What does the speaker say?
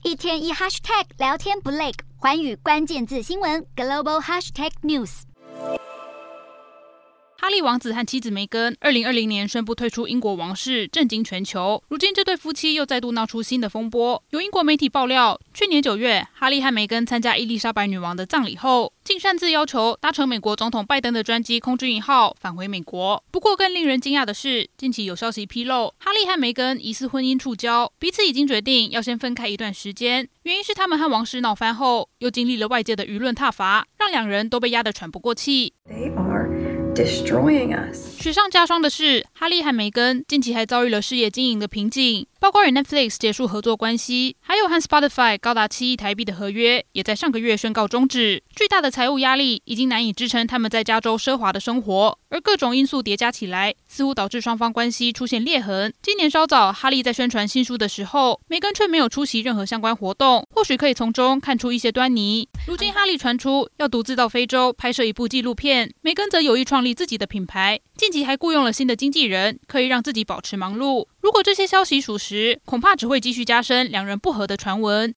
一天一 hashtag 聊天不累，寰宇关键字新闻 global hashtag news。 哈利王子和妻子梅根2020年宣布退出英国王室，震惊全球。如今这对夫妻又再度闹出新的风波。有英国媒体爆料，去年9月，哈利和梅根参加伊丽莎白女王的葬礼后，竟擅自要求搭乘美国总统拜登的专机空军1号返回美国。不过更令人惊讶的是，近期有消息披露，哈利和梅根疑似婚姻触礁，彼此已经决定要先分开一段时间。原因是他们和王室闹翻后，又经历了外界的舆论挞伐，让两人都被压得喘不过气。 Destroying us. 雪上加霜的是，哈利和梅根近期还遭遇了事业经营的瓶颈，包括与 Netflix 结束合作关系，还有和 Spotify 高达7亿台币的合约，也在上个月宣告终止。巨大的财务压力已经难以支撑他们在加州奢华的生活，而各种因素叠加起来，似乎导致双方关系出现裂痕。今年稍早，哈利在宣传新书的时候，梅根却没有出席任何相关活动，或许可以从中看出一些端倪。如今哈利传出要独自到非洲拍摄一部纪录片，梅根则有意创立自己的品牌，近期还雇佣了新的经纪人，可以让自己保持忙碌。如果这些消息属实，恐怕只会继续加深两人不和的传闻。